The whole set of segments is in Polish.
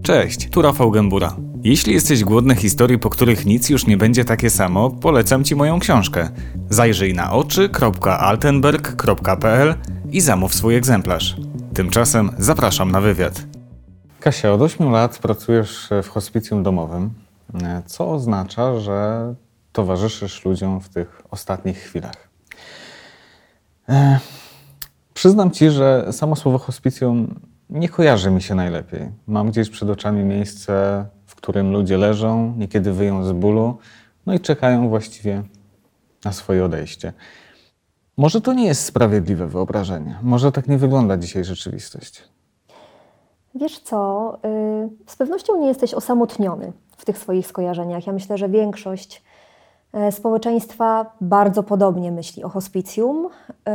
Cześć, tu Rafał Gębura. Jeśli jesteś głodny historii, po których nic już nie będzie takie samo, polecam Ci moją książkę. Zajrzyj na oczy.altenberg.pl i zamów swój egzemplarz. Tymczasem zapraszam na wywiad. Kasia, od 8 lat pracujesz w hospicjum domowym, co oznacza, że towarzyszysz ludziom w tych ostatnich chwilach. Przyznam Ci, że samo słowo hospicjum nie kojarzy mi się najlepiej. Mam gdzieś przed oczami miejsce, w którym ludzie leżą, niekiedy wyją z bólu, no i czekają właściwie na swoje odejście. Może to nie jest sprawiedliwe wyobrażenie. Może tak nie wygląda dzisiaj rzeczywistość. Wiesz co, z pewnością nie jesteś osamotniony w tych swoich skojarzeniach. Ja myślę, że większość społeczeństwa bardzo podobnie myśli o hospicjum.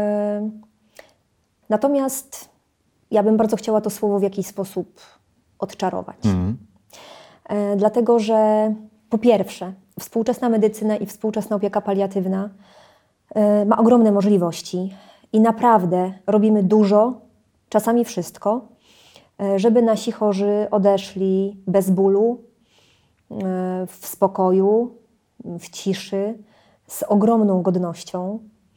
Natomiast ja bym bardzo chciała to słowo w jakiś sposób odczarować. Dlatego, że po pierwsze, współczesna medycyna i współczesna opieka paliatywna ma ogromne możliwości i naprawdę robimy dużo, czasami wszystko, żeby nasi chorzy odeszli bez bólu, w spokoju, w ciszy, z ogromną godnością.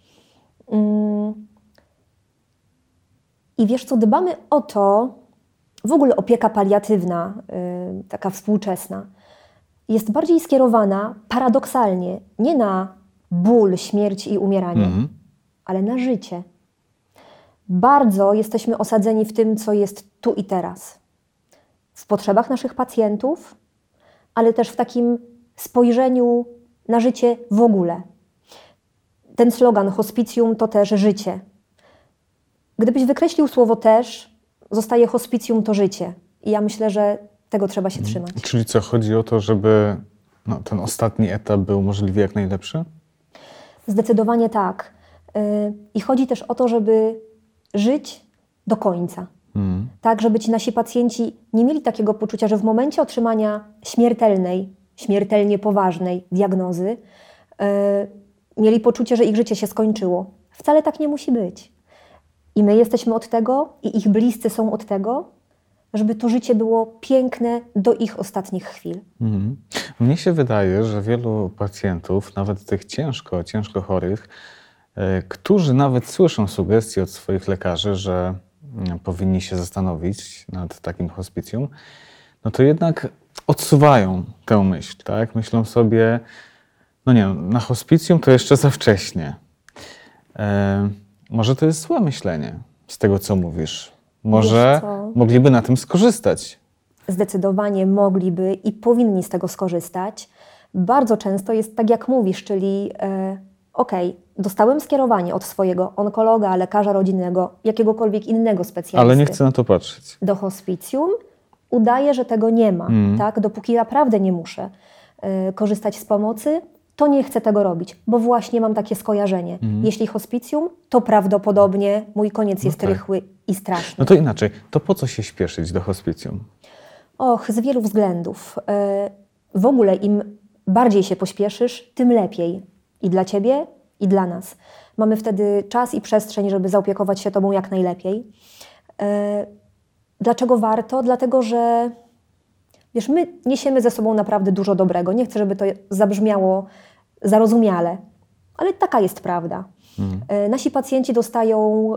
I wiesz co, dbamy o to, w ogóle opieka paliatywna, taka współczesna, jest bardziej skierowana paradoksalnie nie na ból, śmierć i umieranie, ale na życie. Bardzo jesteśmy osadzeni w tym, co jest tu i teraz. W potrzebach naszych pacjentów, ale też w takim spojrzeniu na życie w ogóle. Ten slogan hospicjum to też życie. Gdybyś wykreślił słowo też, zostaje hospicjum to życie. I ja myślę, że tego trzeba się trzymać. Czyli co, chodzi o to, żeby ten ostatni etap był możliwie jak najlepszy? Zdecydowanie tak. I chodzi też o to, żeby żyć do końca. Tak, żeby ci nasi pacjenci nie mieli takiego poczucia, że w momencie otrzymania śmiertelnie poważnej diagnozy mieli poczucie, że ich życie się skończyło. Wcale tak nie musi być. I my jesteśmy od tego, i ich bliscy są od tego, żeby to życie było piękne do ich ostatnich chwil. Mnie się wydaje, że wielu pacjentów, nawet tych ciężko chorych, którzy nawet słyszą sugestie od swoich lekarzy, że powinni się zastanowić nad takim hospicjum, no to jednak odsuwają tę myśl, tak? Myślą sobie, na hospicjum to jeszcze za wcześnie. Może to jest złe myślenie z tego, co mówisz. Może mogliby na tym skorzystać. Zdecydowanie mogliby i powinni z tego skorzystać. Bardzo często jest tak, jak mówisz, czyli dostałem skierowanie od swojego onkologa, lekarza rodzinnego, jakiegokolwiek innego specjalisty. Ale nie chcę na to patrzeć. Do hospicjum. Udaję, że tego nie ma. Tak? Dopóki naprawdę nie muszę korzystać z pomocy, to nie chcę tego robić, bo właśnie mam takie skojarzenie. Jeśli hospicjum, to prawdopodobnie mój koniec jest rychły i straszny. No to inaczej, to po co się śpieszyć do hospicjum? Z wielu względów. W ogóle im bardziej się pośpieszysz, tym lepiej. I dla ciebie, i dla nas. Mamy wtedy czas i przestrzeń, żeby zaopiekować się tobą jak najlepiej. Dlaczego warto? Dlatego, że wiesz, my niesiemy ze sobą naprawdę dużo dobrego. Nie chcę, żeby to zabrzmiało zarozumiale, ale taka jest prawda. Nasi pacjenci dostają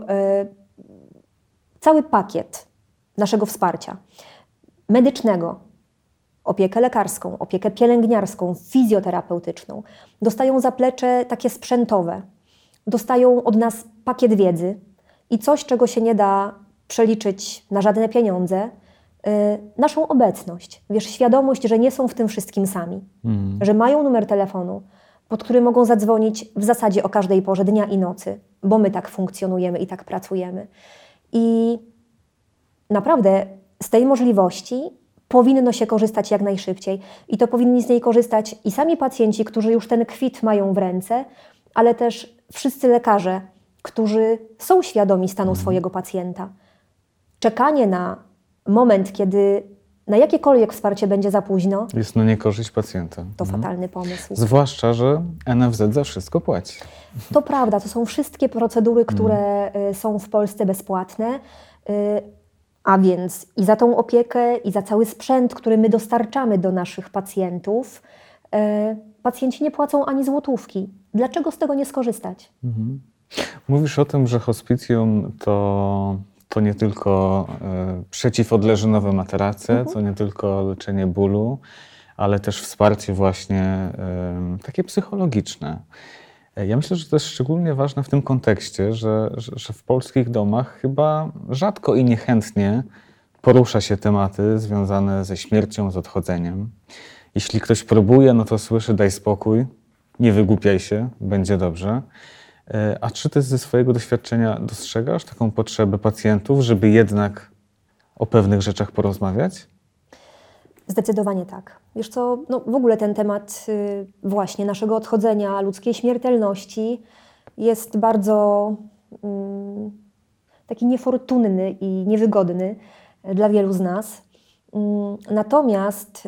cały pakiet naszego wsparcia medycznego, opiekę lekarską, opiekę pielęgniarską, fizjoterapeutyczną. Dostają zaplecze takie sprzętowe. Dostają od nas pakiet wiedzy i coś, czego się nie da przeliczyć na żadne pieniądze, naszą obecność. Wiesz, świadomość, że nie są w tym wszystkim sami. Że mają numer telefonu, pod który mogą zadzwonić w zasadzie o każdej porze dnia i nocy, bo my tak funkcjonujemy i tak pracujemy. I naprawdę z tej możliwości powinno się korzystać jak najszybciej. I to powinni z niej korzystać i sami pacjenci, którzy już ten kwit mają w ręce, ale też wszyscy lekarze, którzy są świadomi stanu swojego pacjenta. Czekanie na moment, kiedy na jakiekolwiek wsparcie będzie za późno, jest na niekorzyść pacjenta. To fatalny pomysł. Zwłaszcza, że NFZ za wszystko płaci. To prawda, to są wszystkie procedury, które są w Polsce bezpłatne. A więc i za tą opiekę, i za cały sprzęt, który my dostarczamy do naszych pacjentów, pacjenci nie płacą ani złotówki. Dlaczego z tego nie skorzystać? Mówisz o tym, że hospicjum to nie tylko przeciwodleżynowe materace, to nie tylko leczenie bólu, ale też wsparcie właśnie takie psychologiczne. Ja myślę, że to jest szczególnie ważne w tym kontekście, że w polskich domach chyba rzadko i niechętnie porusza się tematy związane ze śmiercią, z odchodzeniem. Jeśli ktoś próbuje, no to słyszy: daj spokój, nie wygłupiaj się, będzie dobrze. A czy ty ze swojego doświadczenia dostrzegasz taką potrzebę pacjentów, żeby jednak o pewnych rzeczach porozmawiać? Zdecydowanie tak. Wiesz co, no w ogóle ten temat właśnie naszego odchodzenia, ludzkiej śmiertelności jest bardzo taki niefortunny i niewygodny dla wielu z nas. Natomiast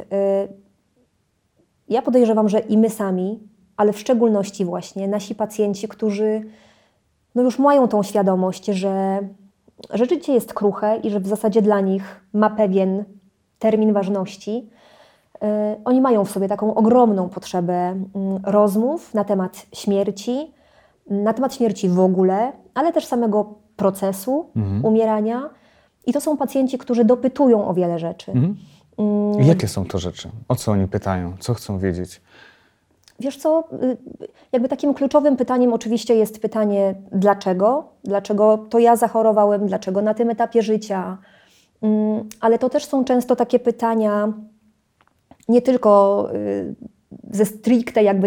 ja podejrzewam, że i my sami, ale w szczególności właśnie nasi pacjenci, którzy no już mają tą świadomość, że życie jest kruche i że w zasadzie dla nich ma pewien termin ważności, oni mają w sobie taką ogromną potrzebę rozmów na temat śmierci w ogóle, ale też samego procesu umierania. I to są pacjenci, którzy dopytują o wiele rzeczy. Jakie są to rzeczy? O co oni pytają? Co chcą wiedzieć? Wiesz co, jakby takim kluczowym pytaniem oczywiście jest pytanie dlaczego? Dlaczego to ja zachorowałem? Dlaczego na tym etapie życia? Ale to też są często takie pytania nie tylko ze stricte jakby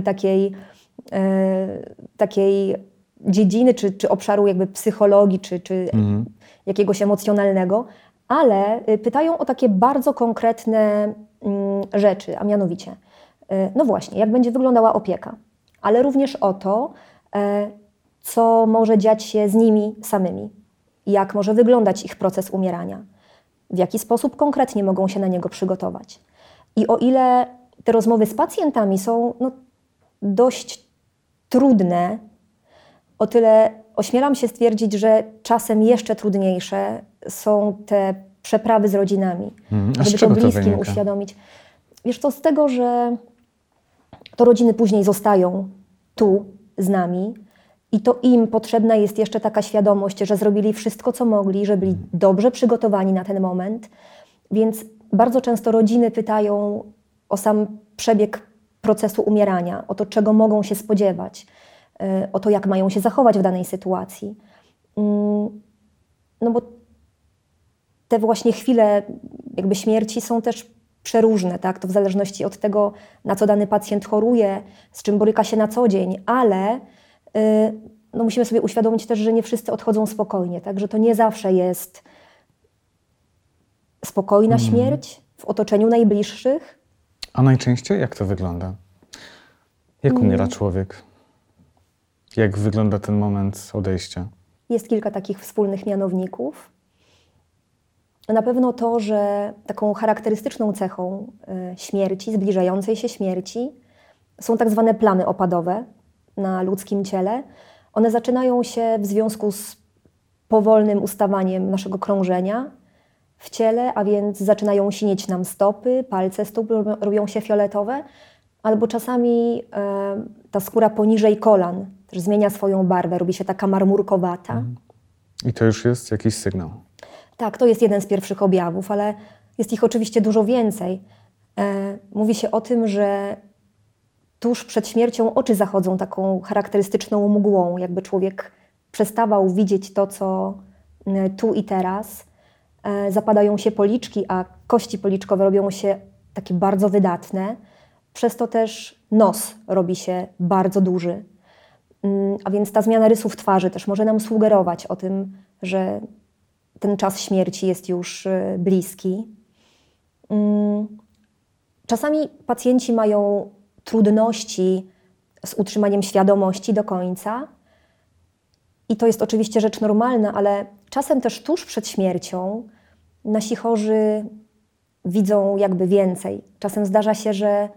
takiej dziedziny czy obszaru jakby psychologii czy jakiegoś emocjonalnego, ale pytają o takie bardzo konkretne rzeczy, a mianowicie no właśnie, jak będzie wyglądała opieka, ale również o to, co może dziać się z nimi samymi, jak może wyglądać ich proces umierania, w jaki sposób konkretnie mogą się na niego przygotować. I o ile te rozmowy z pacjentami są no, dość trudne, o tyle ośmielam się stwierdzić, że czasem jeszcze trudniejsze są te przeprawy z rodzinami, żeby to bliskim uświadomić. Wiesz co, z tego, że to rodziny później zostają tu z nami i to im potrzebna jest jeszcze taka świadomość, że zrobili wszystko, co mogli, że byli dobrze przygotowani na ten moment. Więc bardzo często rodziny pytają o sam przebieg procesu umierania, o to, czego mogą się spodziewać, o to, jak mają się zachować w danej sytuacji. No bo te właśnie chwile jakby śmierci są też przeróżne, tak? To w zależności od tego, na co dany pacjent choruje, z czym boryka się na co dzień, ale no musimy sobie uświadomić też, że nie wszyscy odchodzą spokojnie, tak? Że to nie zawsze jest spokojna śmierć w otoczeniu najbliższych. A najczęściej jak to wygląda? Jak umiera człowiek? Jak wygląda ten moment odejścia? Jest kilka takich wspólnych mianowników. Na pewno to, że taką charakterystyczną cechą śmierci, zbliżającej się śmierci są tak zwane plamy opadowe na ludzkim ciele. One zaczynają się w związku z powolnym ustawaniem naszego krążenia w ciele, a więc zaczynają sinieć nam stopy, palce stóp robią się fioletowe, albo czasami ta skóra poniżej kolan też zmienia swoją barwę, robi się taka marmurkowata. I to już jest jakiś sygnał. Tak, to jest jeden z pierwszych objawów, ale jest ich oczywiście dużo więcej. Mówi się o tym, że tuż przed śmiercią oczy zachodzą taką charakterystyczną mgłą, jakby człowiek przestawał widzieć to, co tu i teraz. Zapadają się policzki, a kości policzkowe robią się takie bardzo wydatne. Przez to też nos robi się bardzo duży. A więc ta zmiana rysów twarzy też może nam sugerować o tym, że ten czas śmierci jest już bliski. Czasami pacjenci mają trudności z utrzymaniem świadomości do końca. I to jest oczywiście rzecz normalna, ale czasem też tuż przed śmiercią nasi chorzy widzą jakby więcej. Czasem zdarza się, że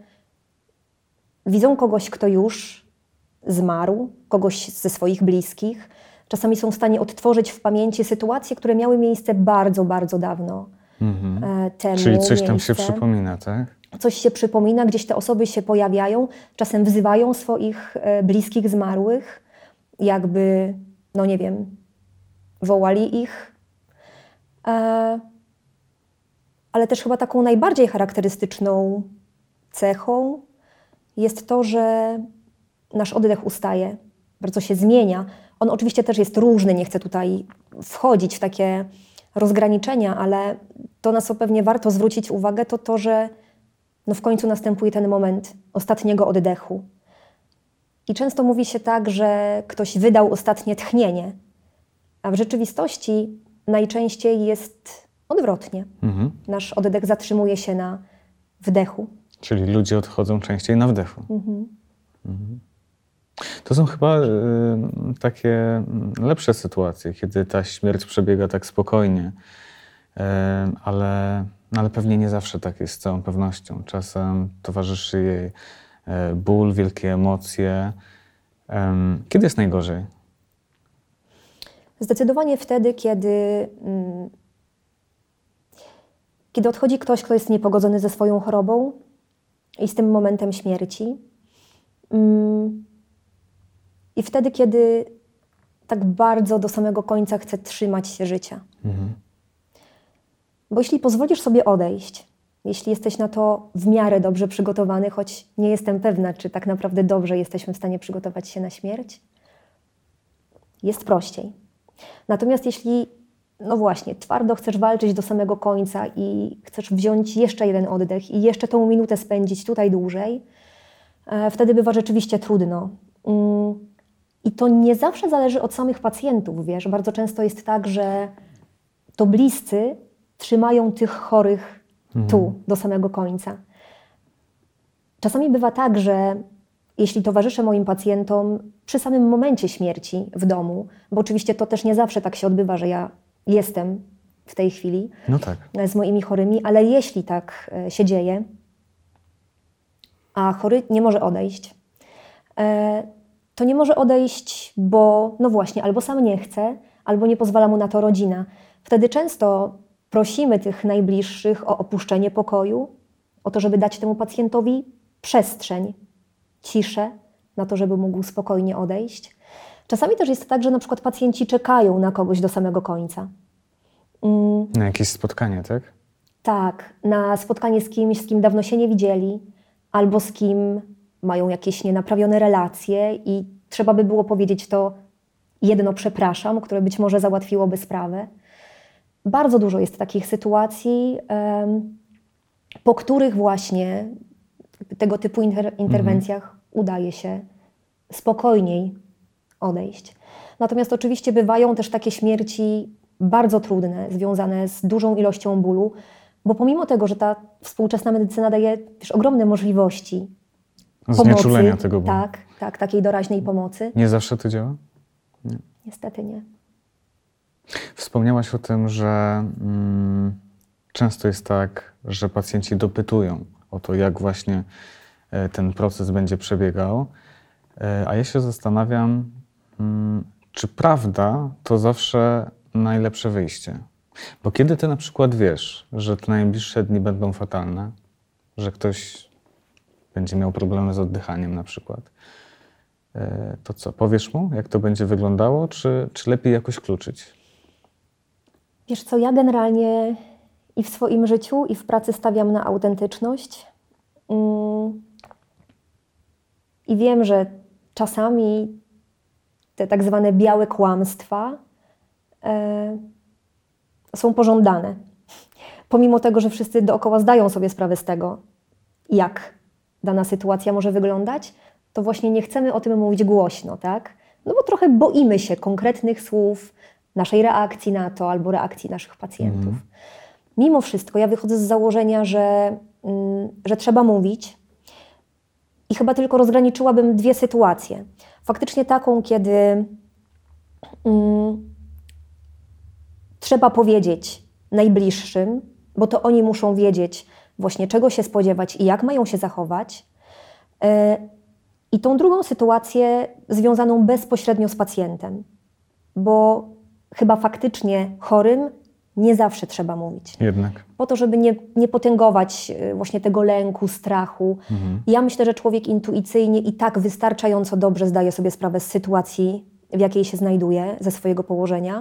widzą kogoś, kto już zmarł, kogoś ze swoich bliskich, Czasami są w stanie odtworzyć w pamięci sytuacje, które miały miejsce bardzo, bardzo dawno temu. Czyli coś tam się przypomina, tak? Coś się przypomina, gdzieś te osoby się pojawiają, czasem wzywają swoich bliskich zmarłych, jakby, no nie wiem, wołali ich. Ale też chyba taką najbardziej charakterystyczną cechą jest to, że nasz oddech ustaje, bardzo się zmienia. On oczywiście też jest różny, nie chcę tutaj wchodzić w takie rozgraniczenia, ale to, na co pewnie warto zwrócić uwagę, to to, że no w końcu następuje ten moment ostatniego oddechu. I często mówi się tak, że ktoś wydał ostatnie tchnienie, a w rzeczywistości najczęściej jest odwrotnie. Nasz oddech zatrzymuje się na wdechu. Czyli ludzie odchodzą częściej na wdechu. To są chyba takie lepsze sytuacje, kiedy ta śmierć przebiega tak spokojnie, ale pewnie nie zawsze tak jest z całą pewnością. Czasem towarzyszy jej ból, wielkie emocje. Kiedy jest najgorzej? Zdecydowanie wtedy, kiedy odchodzi ktoś, kto jest niepogodzony ze swoją chorobą i z tym momentem śmierci. I wtedy, kiedy tak bardzo do samego końca chce trzymać się życia. Bo jeśli pozwolisz sobie odejść, jeśli jesteś na to w miarę dobrze przygotowany, choć nie jestem pewna, czy tak naprawdę dobrze jesteśmy w stanie przygotować się na śmierć, jest prościej. Natomiast jeśli, no właśnie, twardo chcesz walczyć do samego końca i chcesz wziąć jeszcze jeden oddech i jeszcze tą minutę spędzić tutaj dłużej, wtedy bywa rzeczywiście trudno. I to nie zawsze zależy od samych pacjentów, wiesz. Bardzo często jest tak, że to bliscy trzymają tych chorych tu, do samego końca. Czasami bywa tak, że jeśli towarzyszę moim pacjentom przy samym momencie śmierci w domu, bo oczywiście to też nie zawsze tak się odbywa, że ja jestem w tej chwili z moimi chorymi, ale jeśli tak się dzieje, a chory nie może odejść, to nie może odejść, bo no właśnie, albo sam nie chce, albo nie pozwala mu na to rodzina. Wtedy często prosimy tych najbliższych o opuszczenie pokoju, o to, żeby dać temu pacjentowi przestrzeń, ciszę, na to, żeby mógł spokojnie odejść. Czasami też jest tak, że na przykład pacjenci czekają na kogoś do samego końca. Na jakieś spotkanie, tak? Tak, na spotkanie z kimś, z kim dawno się nie widzieli, albo z kim mają jakieś nienaprawione relacje i trzeba by było powiedzieć to jedno przepraszam, które być może załatwiłoby sprawę. Bardzo dużo jest takich sytuacji, po których właśnie tego typu interwencjach udaje się spokojniej odejść. Natomiast oczywiście bywają też takie śmierci bardzo trudne, związane z dużą ilością bólu, bo pomimo tego, że ta współczesna medycyna daje też ogromne możliwości znieczulenia tego bólu. Tak, takiej doraźnej pomocy. Nie zawsze to działa? Nie. Niestety nie. Wspomniałaś o tym, że często jest tak, że pacjenci dopytują o to, jak właśnie ten proces będzie przebiegał, a ja się zastanawiam, czy prawda to zawsze najlepsze wyjście? Bo kiedy ty na przykład wiesz, że te najbliższe dni będą fatalne, że ktoś będzie miał problemy z oddychaniem na przykład, to co, powiesz mu, jak to będzie wyglądało, czy lepiej jakoś kluczyć? Wiesz co, ja generalnie i w swoim życiu, i w pracy stawiam na autentyczność. I wiem, że czasami te tak zwane białe kłamstwa są pożądane. Pomimo tego, że wszyscy dookoła zdają sobie sprawę z tego, jak dana sytuacja może wyglądać, to właśnie nie chcemy o tym mówić głośno, tak? No bo trochę boimy się konkretnych słów, naszej reakcji na to albo reakcji naszych pacjentów. Mimo wszystko ja wychodzę z założenia, że trzeba mówić i chyba tylko rozgraniczyłabym dwie sytuacje. Faktycznie taką, kiedy trzeba powiedzieć najbliższym, bo to oni muszą wiedzieć właśnie czego się spodziewać i jak mają się zachować. I tą drugą sytuację związaną bezpośrednio z pacjentem. bo chyba faktycznie chorym nie zawsze trzeba mówić. Jednak. Po to, żeby nie potęgować właśnie tego lęku, strachu. Ja myślę, że człowiek intuicyjnie i tak wystarczająco dobrze zdaje sobie sprawę z sytuacji, w jakiej się znajduje, ze swojego położenia.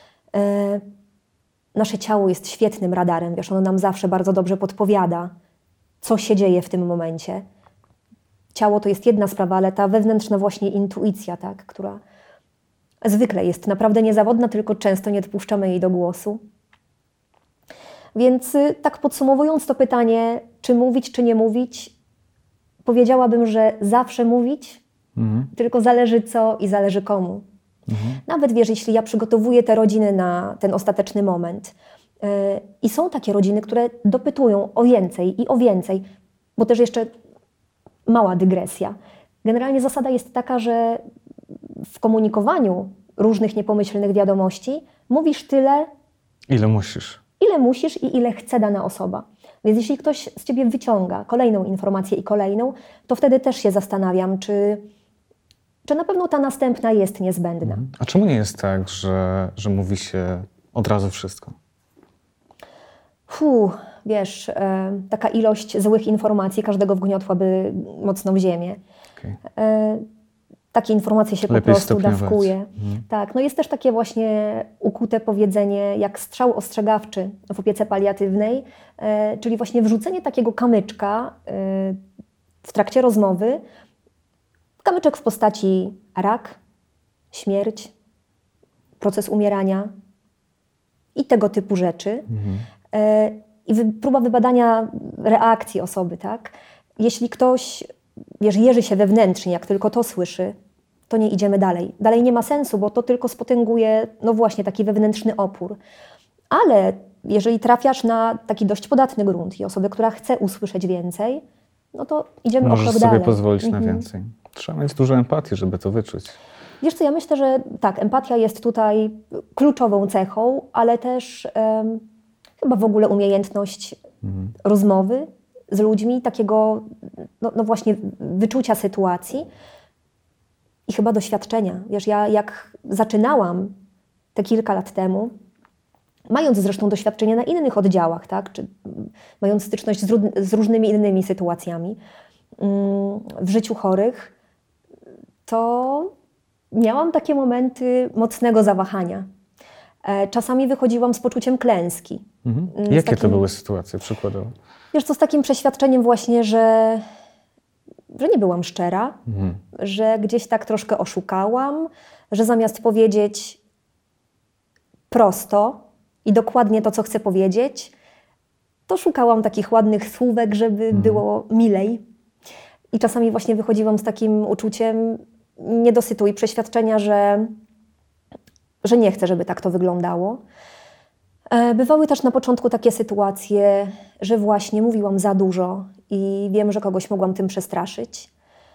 Nasze ciało jest świetnym radarem, wiesz, ono nam zawsze bardzo dobrze podpowiada, co się dzieje w tym momencie. Ciało to jest jedna sprawa, ale ta wewnętrzna właśnie intuicja, tak, która zwykle jest naprawdę niezawodna, tylko często nie dopuszczamy jej do głosu. Więc tak podsumowując to pytanie, czy mówić, czy nie mówić, powiedziałabym, że zawsze mówić, tylko zależy co i zależy komu. Nawet wiesz, jeśli ja przygotowuję te rodziny na ten ostateczny moment i są takie rodziny, które dopytują o więcej i o więcej, bo też jeszcze mała dygresja. Generalnie zasada jest taka, że w komunikowaniu różnych niepomyślnych wiadomości mówisz tyle, Ile musisz. ile musisz i ile chce dana osoba. Więc jeśli ktoś z ciebie wyciąga kolejną informację i kolejną, to wtedy też się zastanawiam, czy na pewno ta następna jest niezbędna. A czemu nie jest tak, że mówi się od razu wszystko? Wiesz, taka ilość złych informacji każdego wgniotłaby mocno w ziemię. Okay. Takie informacje się Lepiej po prostu stopniować. dawkuje. Tak, no jest też takie właśnie ukute powiedzenie jak strzał ostrzegawczy w opiece paliatywnej, czyli właśnie wrzucenie takiego kamyczka w trakcie rozmowy. Kamyczek w postaci rak, śmierć, proces umierania i tego typu rzeczy. I próba wybadania reakcji osoby, tak? Jeśli ktoś, wiesz, jeży się wewnętrznie, jak tylko to słyszy, to nie idziemy dalej. Dalej nie ma sensu, bo to tylko spotęguje, no właśnie, taki wewnętrzny opór. Ale jeżeli trafiasz na taki dość podatny grunt i osobę, która chce usłyszeć więcej, no to idziemy o krok dalej. Możesz sobie pozwolić na więcej. Trzeba mieć dużo empatii, żeby to wyczuć. Wiesz co, ja myślę, że tak, empatia jest tutaj kluczową cechą, ale też chyba w ogóle umiejętność rozmowy z ludźmi, takiego no właśnie wyczucia sytuacji i chyba doświadczenia. Wiesz, ja jak zaczynałam te kilka lat temu, mając zresztą doświadczenie na innych oddziałach, tak, czy mając styczność z różnymi innymi sytuacjami w życiu chorych, to miałam takie momenty mocnego zawahania. Czasami wychodziłam z poczuciem klęski. Jakie to były sytuacje przykładowo? Wiesz co, z takim przeświadczeniem właśnie, że nie byłam szczera, że gdzieś tak troszkę oszukałam, że zamiast powiedzieć prosto i dokładnie to, co chcę powiedzieć, to szukałam takich ładnych słówek, żeby było milej. I czasami właśnie wychodziłam z takim uczuciem niedosytu i przeświadczenia, że nie chcę, żeby tak to wyglądało. Bywały też na początku takie sytuacje, że właśnie mówiłam za dużo i wiem, że kogoś mogłam tym przestraszyć.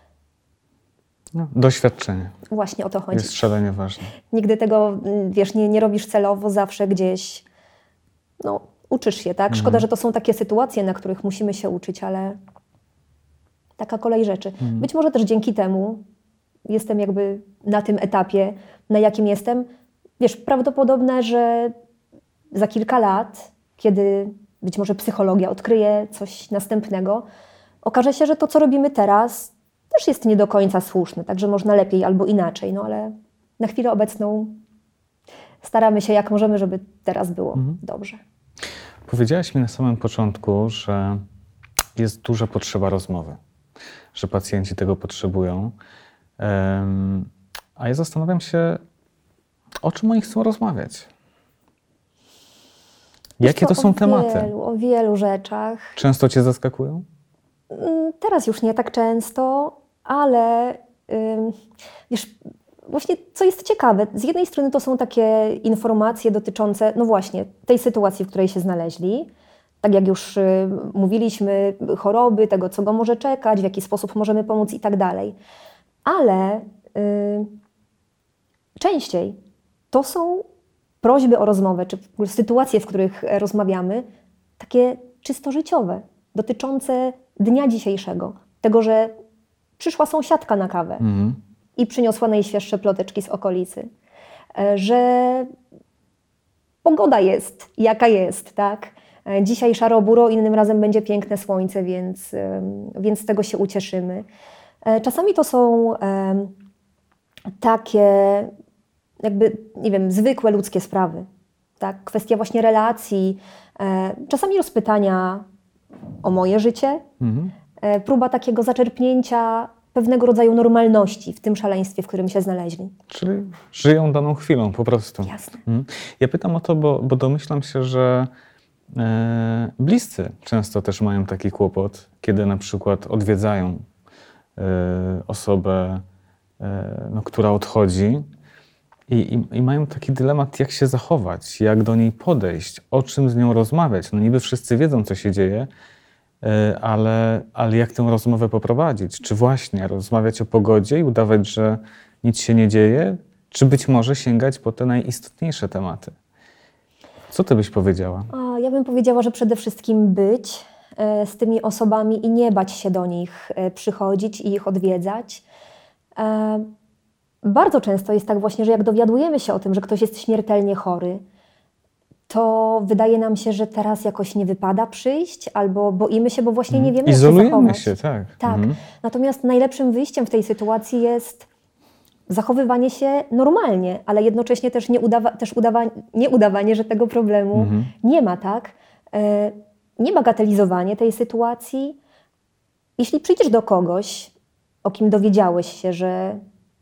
No, doświadczenie. Właśnie o to chodzi. Jest szalenie ważne. Nigdy tego, wiesz, nie robisz celowo, zawsze gdzieś uczysz się, tak? Szkoda, że to są takie sytuacje, na których musimy się uczyć, ale taka kolej rzeczy. Być może też dzięki temu jestem jakby na tym etapie, na jakim jestem. Wiesz, prawdopodobne, że za kilka lat, kiedy być może psychologia odkryje coś następnego, okaże się, że to, co robimy teraz, też jest nie do końca słuszne, także można lepiej albo inaczej, no ale na chwilę obecną staramy się jak możemy, żeby teraz było dobrze. Powiedziałaś mi na samym początku, że jest duża potrzeba rozmowy, że pacjenci tego potrzebują, a ja zastanawiam się, o czym oni chcą rozmawiać. Jakie to są tematy? O wielu rzeczach. Często cię zaskakują? Teraz już nie tak często, ale wiesz, właśnie co jest ciekawe, z jednej strony to są takie informacje dotyczące, no właśnie, tej sytuacji, w której się znaleźli. Tak jak już mówiliśmy, choroby, tego, co go może czekać, w jaki sposób możemy pomóc i tak dalej. Ale częściej to są prośby o rozmowę, czy sytuacje, w których rozmawiamy, takie czysto życiowe, dotyczące dnia dzisiejszego. Tego, że przyszła sąsiadka na kawę i przyniosła najświeższe ploteczki z okolicy. że pogoda jest jaka jest, tak? Dzisiaj szaro-buro, innym razem będzie piękne słońce, więc z tego się ucieszymy. Czasami to są takie jakby, nie wiem, zwykłe ludzkie sprawy, tak? Kwestia właśnie relacji, czasami rozpytania o moje życie, próba takiego zaczerpnięcia pewnego rodzaju normalności w tym szaleństwie, w którym się znaleźli. Czyli żyją daną chwilą po prostu. Jasne. Ja pytam o to, bo domyślam się, że bliscy często też mają taki kłopot, kiedy na przykład odwiedzają osobę, która odchodzi i mają taki dylemat, jak się zachować, jak do niej podejść, o czym z nią rozmawiać. No niby wszyscy wiedzą, co się dzieje, ale jak tę rozmowę poprowadzić? Czy właśnie rozmawiać o pogodzie i udawać, że nic się nie dzieje, czy być może sięgać po te najistotniejsze tematy? Co ty byś powiedziała? Ja bym powiedziała, że przede wszystkim być z tymi osobami i nie bać się do nich przychodzić i ich odwiedzać. Bardzo często jest tak właśnie, że jak dowiadujemy się o tym, że ktoś jest śmiertelnie chory, to wydaje nam się, że teraz jakoś nie wypada przyjść, albo boimy się, bo właśnie nie wiemy, jak się zachować. Izolujemy się, tak. Tak. Natomiast najlepszym wyjściem w tej sytuacji jest zachowywanie się normalnie, ale jednocześnie też nie udawanie, że tego problemu nie ma, tak? Nie bagatelizowanie tej sytuacji. Jeśli przyjdziesz do kogoś, o kim dowiedziałeś się, że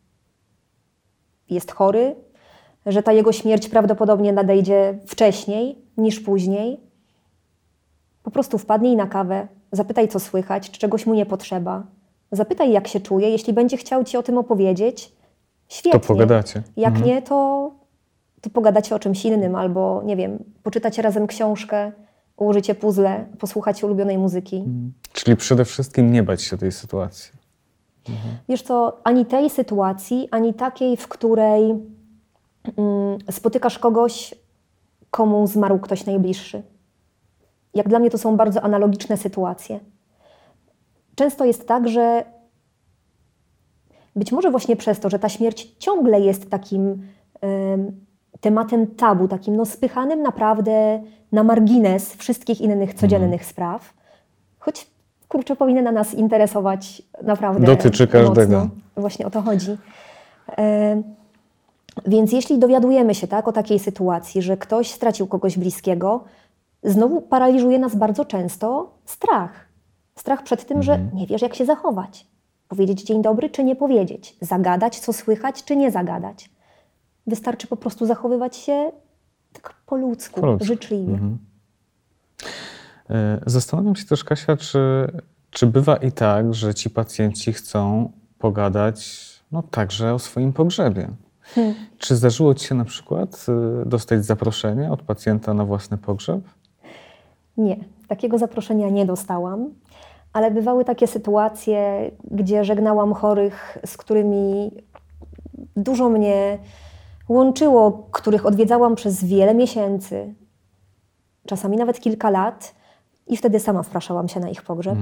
jest chory, że ta jego śmierć prawdopodobnie nadejdzie wcześniej niż później, po prostu wpadnij na kawę, zapytaj, co słychać, czy czegoś mu nie potrzeba. Zapytaj, jak się czuje. Jeśli będzie chciał ci o tym opowiedzieć, świetnie. To pogadacie. Jak nie, to pogadacie o czymś innym, albo nie wiem, poczytacie razem książkę, ułożycie puzzle, posłuchacie ulubionej muzyki. Czyli przede wszystkim nie bać się tej sytuacji. Wiesz co, ani tej sytuacji, ani takiej, w której spotykasz kogoś, komu zmarł ktoś najbliższy. Jak dla mnie to są bardzo analogiczne sytuacje. Często jest tak, że być może właśnie przez to, że ta śmierć ciągle jest takim tematem tabu, takim spychanym naprawdę na margines wszystkich innych codziennych spraw, choć kurczę, powinna nas interesować naprawdę dotyczy każdego. mocno. Właśnie o to chodzi. Więc jeśli dowiadujemy się o takiej sytuacji, że ktoś stracił kogoś bliskiego, znowu paraliżuje nas bardzo często strach. Strach przed tym, że nie wiesz, jak się zachować. Powiedzieć dzień dobry, czy nie powiedzieć. Zagadać, co słychać, czy nie zagadać. Wystarczy po prostu zachowywać się tak po ludzku, życzliwie. Zastanawiam się też, Kasia, czy bywa i tak, że ci pacjenci chcą pogadać także o swoim pogrzebie. Czy zdarzyło ci się na przykład dostać zaproszenie od pacjenta na własny pogrzeb? Nie, takiego zaproszenia nie dostałam, ale bywały takie sytuacje, gdzie żegnałam chorych, z którymi dużo mnie łączyło, których odwiedzałam przez wiele miesięcy, czasami nawet kilka lat i wtedy sama wpraszałam się na ich pogrzeb.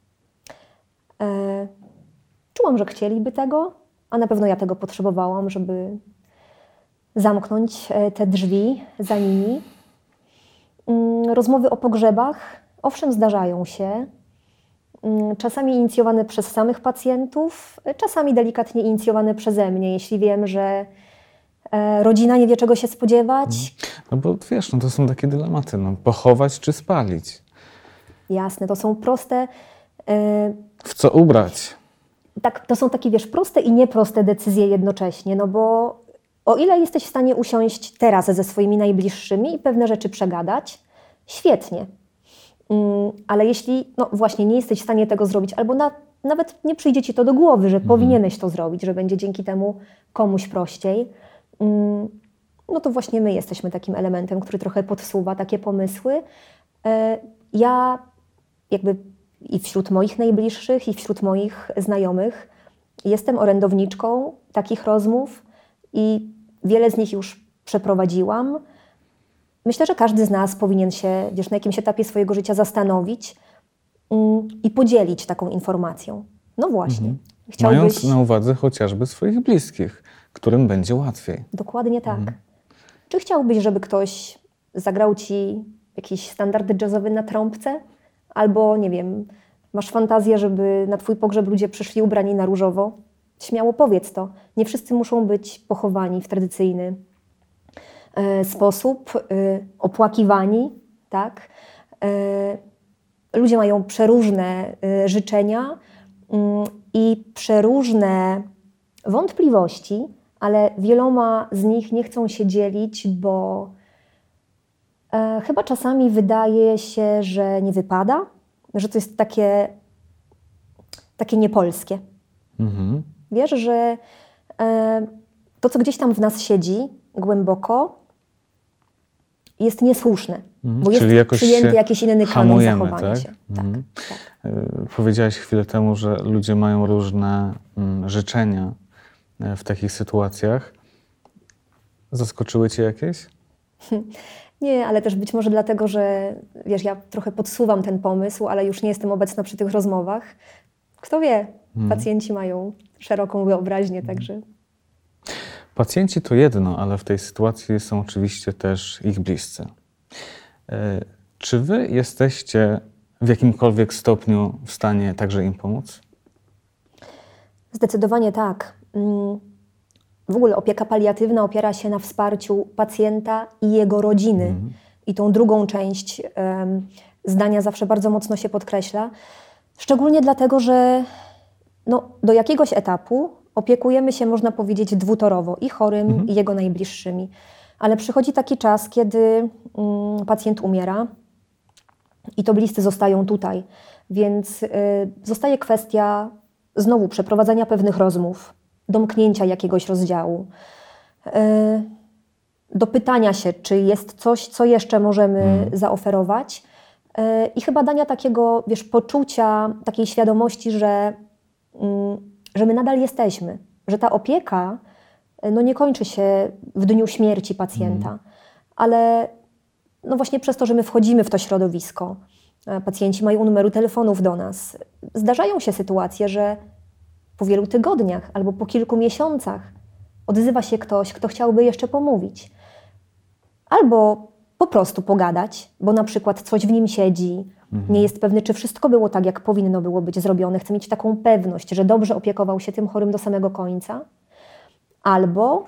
Czułam, że chcieliby tego, a na pewno ja tego potrzebowałam, żeby zamknąć te drzwi za nimi. Rozmowy o pogrzebach, owszem, zdarzają się. Czasami inicjowane przez samych pacjentów, czasami delikatnie inicjowane przeze mnie, jeśli wiem, że rodzina nie wie, czego się spodziewać. No bo wiesz, to są takie dylematy, pochować czy spalić. Jasne, to są proste... W co ubrać? Tak, to są takie, proste i nieproste decyzje jednocześnie, bo o ile jesteś w stanie usiąść teraz ze swoimi najbliższymi i pewne rzeczy przegadać, świetnie. Ale jeśli właśnie nie jesteś w stanie tego zrobić, albo nawet nie przyjdzie ci to do głowy, że powinieneś to zrobić, że będzie dzięki temu komuś prościej, to właśnie my jesteśmy takim elementem, który trochę podsuwa takie pomysły. Ja jakby i wśród moich najbliższych, i wśród moich znajomych jestem orędowniczką takich rozmów i wiele z nich już przeprowadziłam. Myślę, że każdy z nas powinien się, na jakimś etapie swojego życia zastanowić i podzielić taką informacją. No właśnie. Mając na uwadze chociażby swoich bliskich, którym będzie łatwiej. Dokładnie tak. Czy chciałbyś, żeby ktoś zagrał ci jakiś standard jazzowy na trąbce? Albo, nie wiem, masz fantazję, żeby na twój pogrzeb ludzie przyszli ubrani na różowo? Śmiało powiedz to. Nie wszyscy muszą być pochowani w tradycyjny sposób, opłakiwani, tak? Ludzie mają przeróżne życzenia i przeróżne wątpliwości, ale wieloma z nich nie chcą się dzielić, bo chyba czasami wydaje się, że nie wypada, że to jest takie niepolskie. Wiesz, że to, co gdzieś tam w nas siedzi głęboko, jest niesłuszne, bo Czyli jest jakoś przyjęty się jakiś inny kanon hamujemy, zachowania tak? się. Tak, tak. Powiedziałaś chwilę temu, że ludzie mają różne życzenia w takich sytuacjach. Zaskoczyły cię jakieś? Nie, ale też być może dlatego, że wiesz, ja trochę podsuwam ten pomysł, ale już nie jestem obecna przy tych rozmowach. Kto wie, pacjenci mają szeroką wyobraźnię, także... Pacjenci to jedno, ale w tej sytuacji są oczywiście też ich bliscy. Czy wy jesteście w jakimkolwiek stopniu w stanie także im pomóc? Zdecydowanie tak. W ogóle opieka paliatywna opiera się na wsparciu pacjenta i jego rodziny. I tą drugą część zdania zawsze bardzo mocno się podkreśla. Szczególnie dlatego, że do jakiegoś etapu opiekujemy się, można powiedzieć, dwutorowo i chorym, i jego najbliższymi. Ale przychodzi taki czas, kiedy pacjent umiera i to bliscy zostają tutaj. Więc zostaje kwestia znowu przeprowadzenia pewnych rozmów, domknięcia jakiegoś rozdziału, dopytania się, czy jest coś, co jeszcze możemy zaoferować i chyba dania takiego, wiesz, poczucia, takiej świadomości, że my nadal jesteśmy, że ta opieka nie kończy się w dniu śmierci pacjenta, ale właśnie przez to, że my wchodzimy w to środowisko, pacjenci mają numery telefonów do nas. Zdarzają się sytuacje, że po wielu tygodniach albo po kilku miesiącach odzywa się ktoś, kto chciałby jeszcze pomówić. Albo po prostu pogadać, bo na przykład coś w nim siedzi, nie jest pewny, czy wszystko było tak, jak powinno było być zrobione. Chce mieć taką pewność, że dobrze opiekował się tym chorym do samego końca. Albo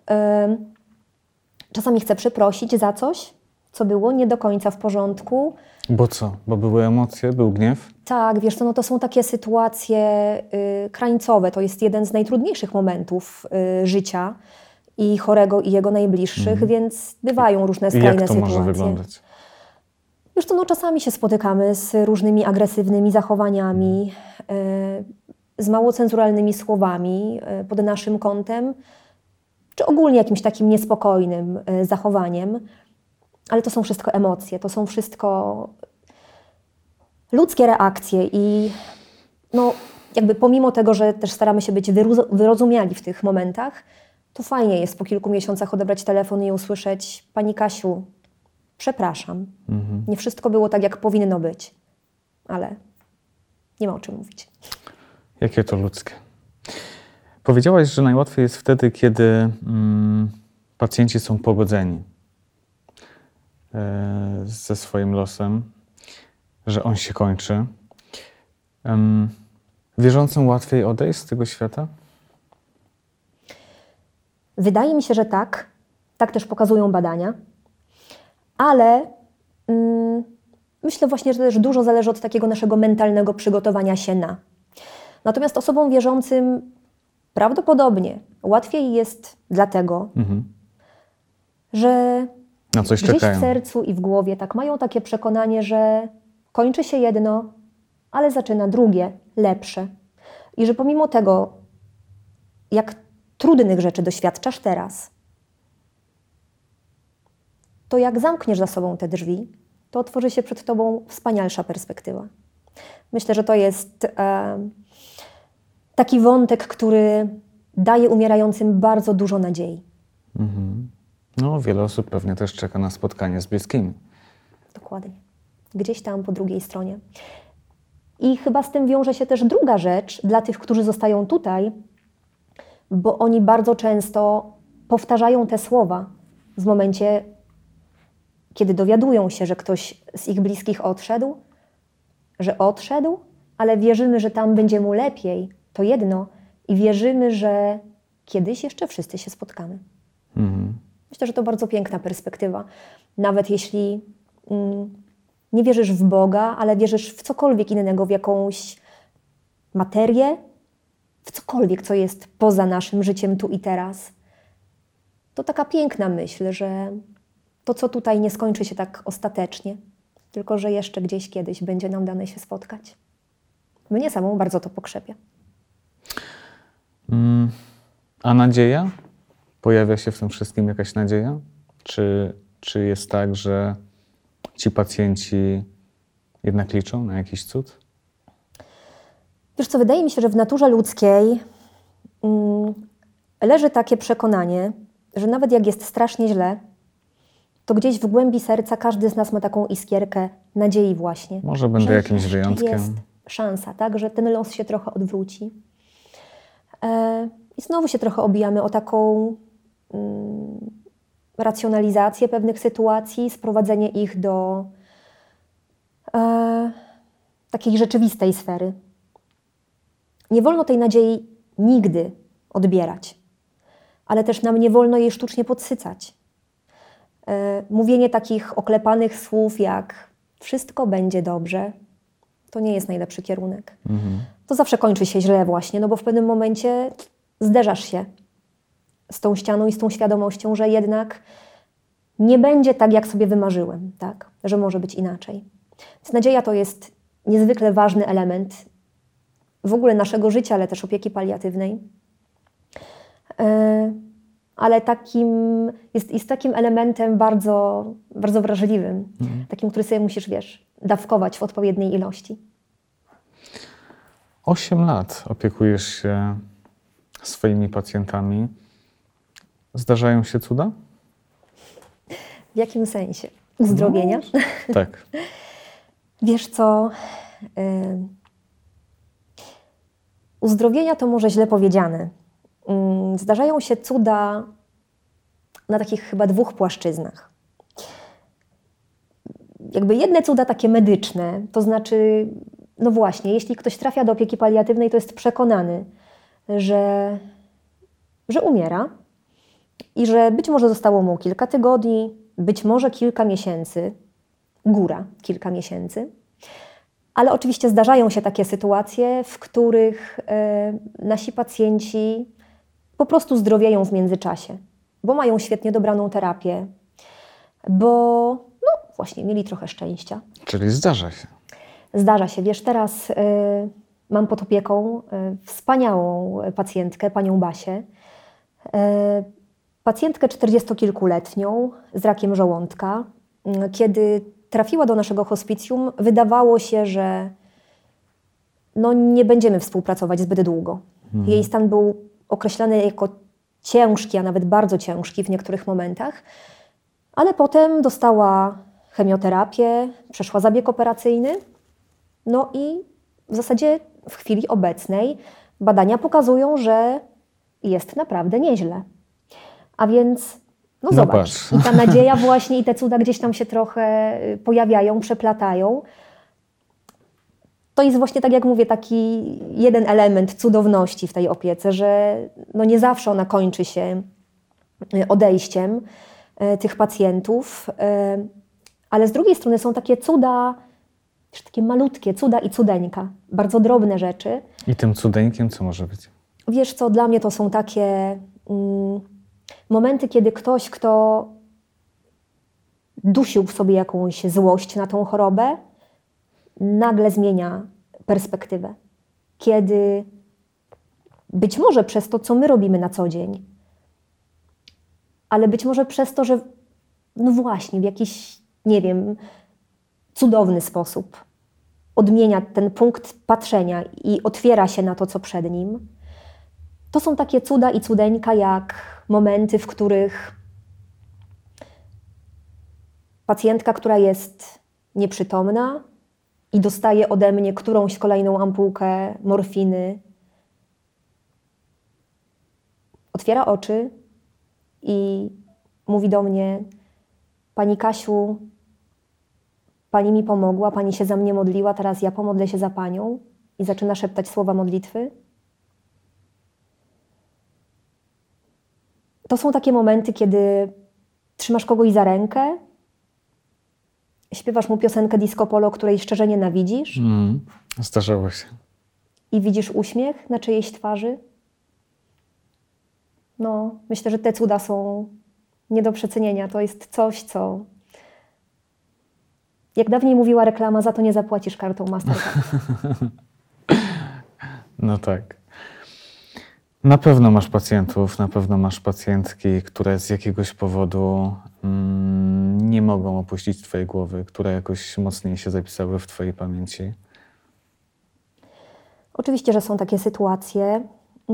czasami chce przeprosić za coś, co było nie do końca w porządku. Bo co? Bo były emocje, był gniew? Tak, wiesz co, to są takie sytuacje krańcowe. To jest jeden z najtrudniejszych momentów życia i chorego, i jego najbliższych, więc bywają różne skrajne sytuacje. Jak to może wyglądać? Wiesz co, czasami się spotykamy z różnymi agresywnymi zachowaniami, z mało cenzuralnymi słowami pod naszym kątem, czy ogólnie jakimś takim niespokojnym zachowaniem. Ale to są wszystko emocje, to są wszystko ludzkie reakcje i jakby pomimo tego, że też staramy się być wyrozumiali w tych momentach, to fajnie jest po kilku miesiącach odebrać telefon i usłyszeć: Pani Kasiu, przepraszam, nie wszystko było tak, jak powinno być, ale nie ma o czym mówić. Jakie to ludzkie. Powiedziałaś, że najłatwiej jest wtedy, kiedy pacjenci są pogodzeni ze swoim losem, że on się kończy. Wierzącym łatwiej odejść z tego świata? Wydaje mi się, że tak. Tak też pokazują badania. Ale myślę właśnie, że też dużo zależy od takiego naszego mentalnego przygotowania się na. Natomiast osobom wierzącym prawdopodobnie łatwiej jest dlatego, że na coś gdzieś czekają. w sercu i w głowie tak mają takie przekonanie, że kończy się jedno, ale zaczyna drugie, lepsze. I że pomimo tego, jak trudnych rzeczy doświadczasz teraz, to jak zamkniesz za sobą te drzwi, to otworzy się przed tobą wspanialsza perspektywa. Myślę, że to jest taki wątek, który daje umierającym bardzo dużo nadziei. Wiele osób pewnie też czeka na spotkanie z bliskimi. Dokładnie. Gdzieś tam po drugiej stronie. I chyba z tym wiąże się też druga rzecz dla tych, którzy zostają tutaj, bo oni bardzo często powtarzają te słowa w momencie, kiedy dowiadują się, że ktoś z ich bliskich odszedł, ale wierzymy, że tam będzie mu lepiej, to jedno, i wierzymy, że kiedyś jeszcze wszyscy się spotkamy. Myślę, że to bardzo piękna perspektywa. Nawet jeśli nie wierzysz w Boga, ale wierzysz w cokolwiek innego, w jakąś materię, w cokolwiek, co jest poza naszym życiem tu i teraz. To taka piękna myśl, że to, co tutaj, nie skończy się tak ostatecznie, tylko że jeszcze gdzieś kiedyś będzie nam dane się spotkać. Mnie samą bardzo to pokrzepia. A nadzieja? Pojawia się w tym wszystkim jakaś nadzieja? Czy jest tak, że ci pacjenci jednak liczą na jakiś cud? Wiesz co, wydaje mi się, że w naturze ludzkiej leży takie przekonanie, że nawet jak jest strasznie źle, to gdzieś w głębi serca każdy z nas ma taką iskierkę nadziei właśnie. Może będę jakimś wyjątkiem. Jest szansa, tak, że ten los się trochę odwróci. I znowu się trochę obijamy o taką racjonalizację pewnych sytuacji, sprowadzenie ich do takiej rzeczywistej sfery. Nie wolno tej nadziei nigdy odbierać, ale też nam nie wolno jej sztucznie podsycać. Mówienie takich oklepanych słów jak wszystko będzie dobrze, to nie jest najlepszy kierunek. To zawsze kończy się źle właśnie, no bo w pewnym momencie zderzasz się z tą ścianą i z tą świadomością, że jednak nie będzie tak, jak sobie wymarzyłem, tak? Że może być inaczej. Więc nadzieja to jest niezwykle ważny element w ogóle naszego życia, ale też opieki paliatywnej. Ale jest takim elementem bardzo, bardzo wrażliwym, takim, który sobie musisz, dawkować w odpowiedniej ilości. 8 lat opiekujesz się swoimi pacjentami. Zdarzają się cuda? W jakim sensie? Uzdrowienia? No, tak. Wiesz co? Uzdrowienia to może źle powiedziane. Zdarzają się cuda na takich chyba 2 płaszczyznach. Jakby jedne cuda takie medyczne, to znaczy, no właśnie, jeśli ktoś trafia do opieki paliatywnej, to jest przekonany, że umiera i że być może zostało mu kilka tygodni, być może kilka miesięcy, góra kilka miesięcy. Ale oczywiście zdarzają się takie sytuacje, w których nasi pacjenci po prostu zdrowieją w międzyczasie, bo mają świetnie dobraną terapię, bo no właśnie mieli trochę szczęścia. Czyli zdarza się. Zdarza się. Wiesz, teraz mam pod opieką wspaniałą pacjentkę, panią Basię. Pacjentkę 40-kilkuletnią z rakiem żołądka. Kiedy trafiła do naszego hospicjum, wydawało się, że no nie będziemy współpracować zbyt długo. Jej stan był określany jako ciężki, a nawet bardzo ciężki w niektórych momentach, ale potem dostała chemioterapię, przeszła zabieg operacyjny, no i w zasadzie w chwili obecnej badania pokazują, że jest naprawdę nieźle. A więc, no zobacz, i ta nadzieja właśnie, i te cuda gdzieś tam się trochę pojawiają, przeplatają. To jest właśnie, tak jak mówię, taki jeden element cudowności w tej opiece, że no nie zawsze ona kończy się odejściem tych pacjentów, ale z drugiej strony są takie cuda, takie malutkie cuda i cudeńka, bardzo drobne rzeczy. I tym cudeńkiem co może być? Wiesz co, dla mnie to są takie momenty, kiedy ktoś, kto dusił w sobie jakąś złość na tą chorobę, nagle zmienia perspektywę. Kiedy być może przez to, co my robimy na co dzień, ale być może przez to, że no właśnie w jakiś, nie wiem, cudowny sposób odmienia ten punkt patrzenia i otwiera się na to, co przed nim. To są takie cuda i cudeńka, jak momenty, w których pacjentka, która jest nieprzytomna i dostaje ode mnie którąś kolejną ampułkę morfiny, otwiera oczy i mówi do mnie: Pani Kasiu, Pani mi pomogła, Pani się za mnie modliła, teraz ja pomodlę się za Panią. I zaczyna szeptać słowa modlitwy. To są takie momenty, kiedy trzymasz kogoś za rękę, śpiewasz mu piosenkę disco polo, której szczerze nienawidzisz. Zdarzało się. I widzisz uśmiech na czyjejś twarzy. No, myślę, że te cuda są nie do przecenienia. To jest coś, co... Jak dawniej mówiła reklama, za to nie zapłacisz kartą Mastercard. No tak. Na pewno masz pacjentów, na pewno masz pacjentki, które z jakiegoś powodu nie mogą opuścić twojej głowy, które jakoś mocniej się zapisały w twojej pamięci. Oczywiście, że są takie sytuacje.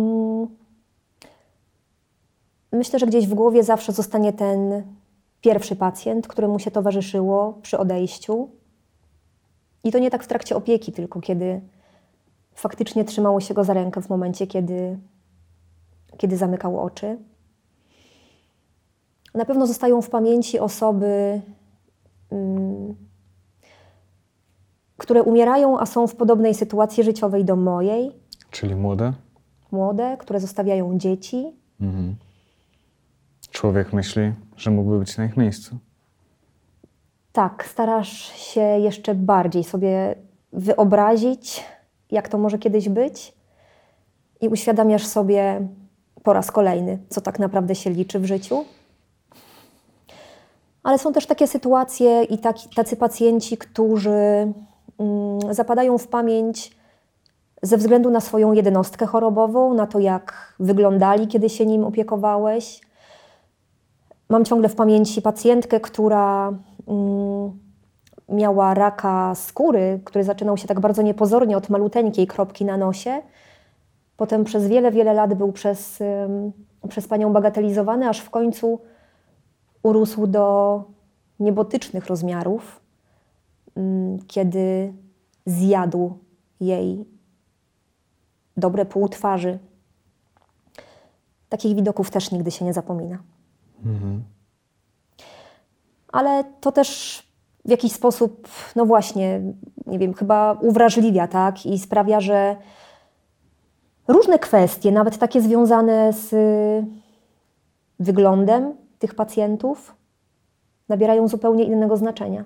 Myślę, że gdzieś w głowie zawsze zostanie ten pierwszy pacjent, któremu się towarzyszyło przy odejściu. I to nie tak w trakcie opieki, tylko kiedy faktycznie trzymało się go za rękę w momencie, kiedy zamykał oczy. Na pewno zostają w pamięci osoby, które umierają, a są w podobnej sytuacji życiowej do mojej. Czyli młode? Młode, które zostawiają dzieci. Człowiek myśli, że mógłby być na ich miejscu. Tak, starasz się jeszcze bardziej sobie wyobrazić, jak to może kiedyś być, i uświadamiasz sobie po raz kolejny, co tak naprawdę się liczy w życiu. Ale są też takie sytuacje i tacy pacjenci, którzy zapadają w pamięć ze względu na swoją jednostkę chorobową, na to, jak wyglądali, kiedy się nim opiekowałeś. Mam ciągle w pamięci pacjentkę, która miała raka skóry, który zaczynał się tak bardzo niepozornie od maluteńkiej kropki na nosie. Potem przez wiele, wiele lat był przez panią bagatelizowany, aż w końcu urósł do niebotycznych rozmiarów, kiedy zjadł jej dobre pół twarzy. Takich widoków też nigdy się nie zapomina. Ale to też w jakiś sposób, no właśnie, nie wiem, chyba uwrażliwia, tak? I sprawia, że różne kwestie, nawet takie związane z wyglądem tych pacjentów, nabierają zupełnie innego znaczenia.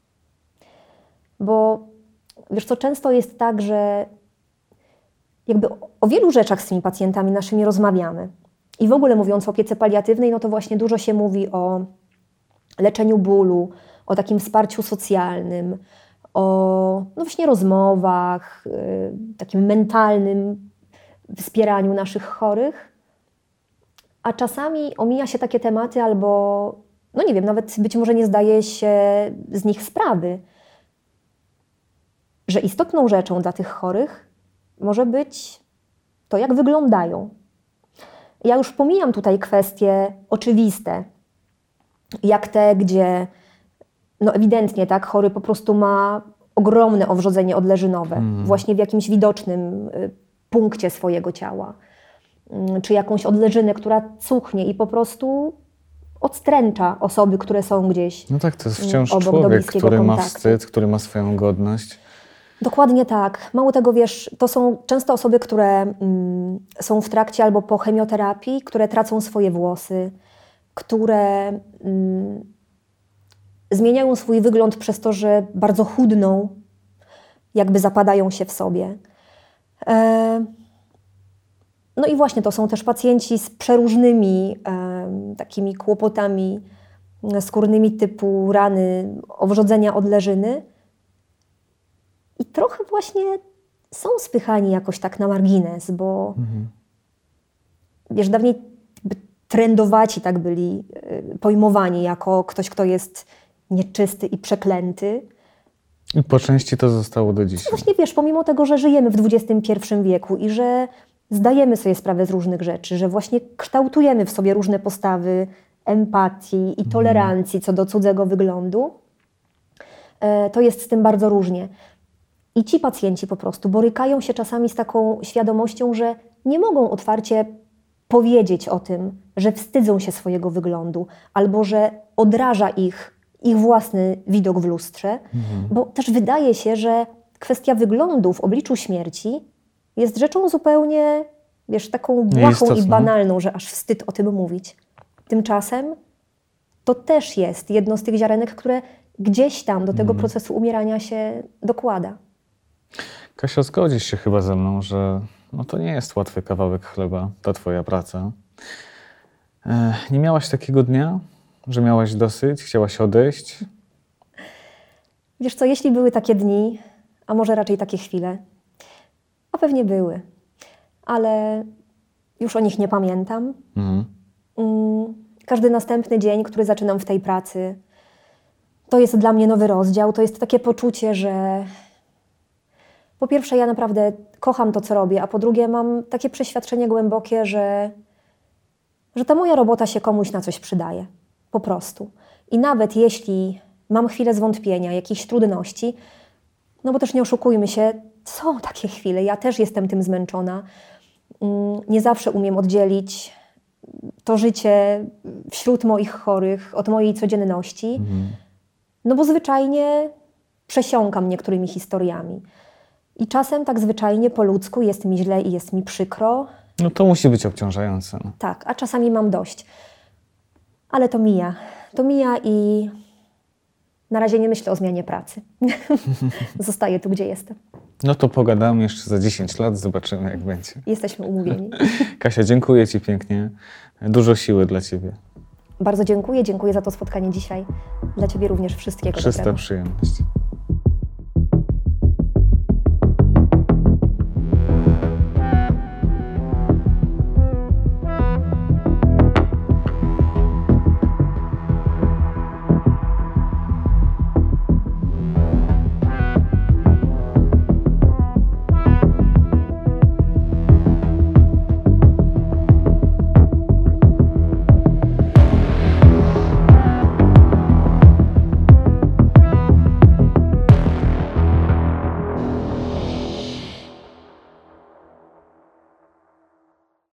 Bo wiesz co, często jest tak, że jakby o wielu rzeczach z tymi pacjentami naszymi rozmawiamy. I w ogóle mówiąc o opiece paliatywnej, no to właśnie dużo się mówi o leczeniu bólu, o takim wsparciu socjalnym, o no właśnie rozmowach, takim mentalnym wspieraniu naszych chorych. A czasami omija się takie tematy albo, no nie wiem, nawet być może nie zdaje się z nich sprawy, że istotną rzeczą dla tych chorych może być to, jak wyglądają. Ja już pomijam tutaj kwestie oczywiste, jak te, gdzie no ewidentnie tak, chory po prostu ma ogromne owrzodzenie odleżynowe, właśnie w jakimś widocznym punkcie swojego ciała, czy jakąś odleżynę, która cuchnie i po prostu odstręcza osoby, które są gdzieś No tak, to jest wciąż obok, do człowiek, bliskiego który ma kontaktu. wstyd, który ma swoją godność. Dokładnie tak. Mało tego, wiesz, to są często osoby, które są w trakcie albo po chemioterapii, które tracą swoje włosy, które zmieniają swój wygląd przez to, że bardzo chudną, jakby zapadają się w sobie. No i właśnie to są też pacjenci z przeróżnymi takimi kłopotami skórnymi typu rany, owrzodzenia odleżyny. I trochę właśnie są spychani jakoś tak na margines, bo wiesz, dawniej trendowaci tak byli pojmowani jako ktoś, kto jest nieczysty i przeklęty. I po części to zostało do dzisiaj. Właśnie wiesz, pomimo tego, że żyjemy w XXI wieku i że zdajemy sobie sprawę z różnych rzeczy, że właśnie kształtujemy w sobie różne postawy empatii i tolerancji co do cudzego wyglądu, to jest z tym bardzo różnie. I ci pacjenci po prostu borykają się czasami z taką świadomością, że nie mogą otwarcie powiedzieć o tym, że wstydzą się swojego wyglądu albo że odraża ich własny widok w lustrze, bo też wydaje się, że kwestia wyglądu w obliczu śmierci jest rzeczą zupełnie, taką błahą Nieistotną. i banalną, że aż wstyd o tym mówić. Tymczasem to też jest jedno z tych ziarenek, które gdzieś tam do tego procesu umierania się dokłada. Kasia, zgodzisz się chyba ze mną, że to nie jest łatwy kawałek chleba, ta twoja praca. Nie miałaś takiego dnia, że miałaś dosyć, chciałaś odejść? Wiesz co, jeśli były takie dni, a może raczej takie chwile, a pewnie były, ale już o nich nie pamiętam. Każdy następny dzień, który zaczynam w tej pracy, to jest dla mnie nowy rozdział. To jest takie poczucie, że po pierwsze ja naprawdę kocham to, co robię, a po drugie mam takie przeświadczenie głębokie, że ta moja robota się komuś na coś przydaje. Po prostu. I nawet jeśli mam chwilę zwątpienia, jakichś trudności, bo też nie oszukujmy się, są takie chwile, ja też jestem tym zmęczona. Nie zawsze umiem oddzielić to życie wśród moich chorych od mojej codzienności, bo zwyczajnie przesiąkam niektórymi historiami. I czasem tak zwyczajnie po ludzku jest mi źle i jest mi przykro. To musi być obciążające. Tak, a czasami mam dość. Ale to mija. To mija i na razie nie myślę o zmianie pracy. Zostaję tu, gdzie jestem. To pogadamy jeszcze za 10 lat, zobaczymy, jak będzie. Jesteśmy umówieni. Kasia, dziękuję Ci pięknie. Dużo siły dla Ciebie. Bardzo dziękuję. Dziękuję za to spotkanie dzisiaj. Dla Ciebie również wszystkiego Czysta dobrego. przyjemność.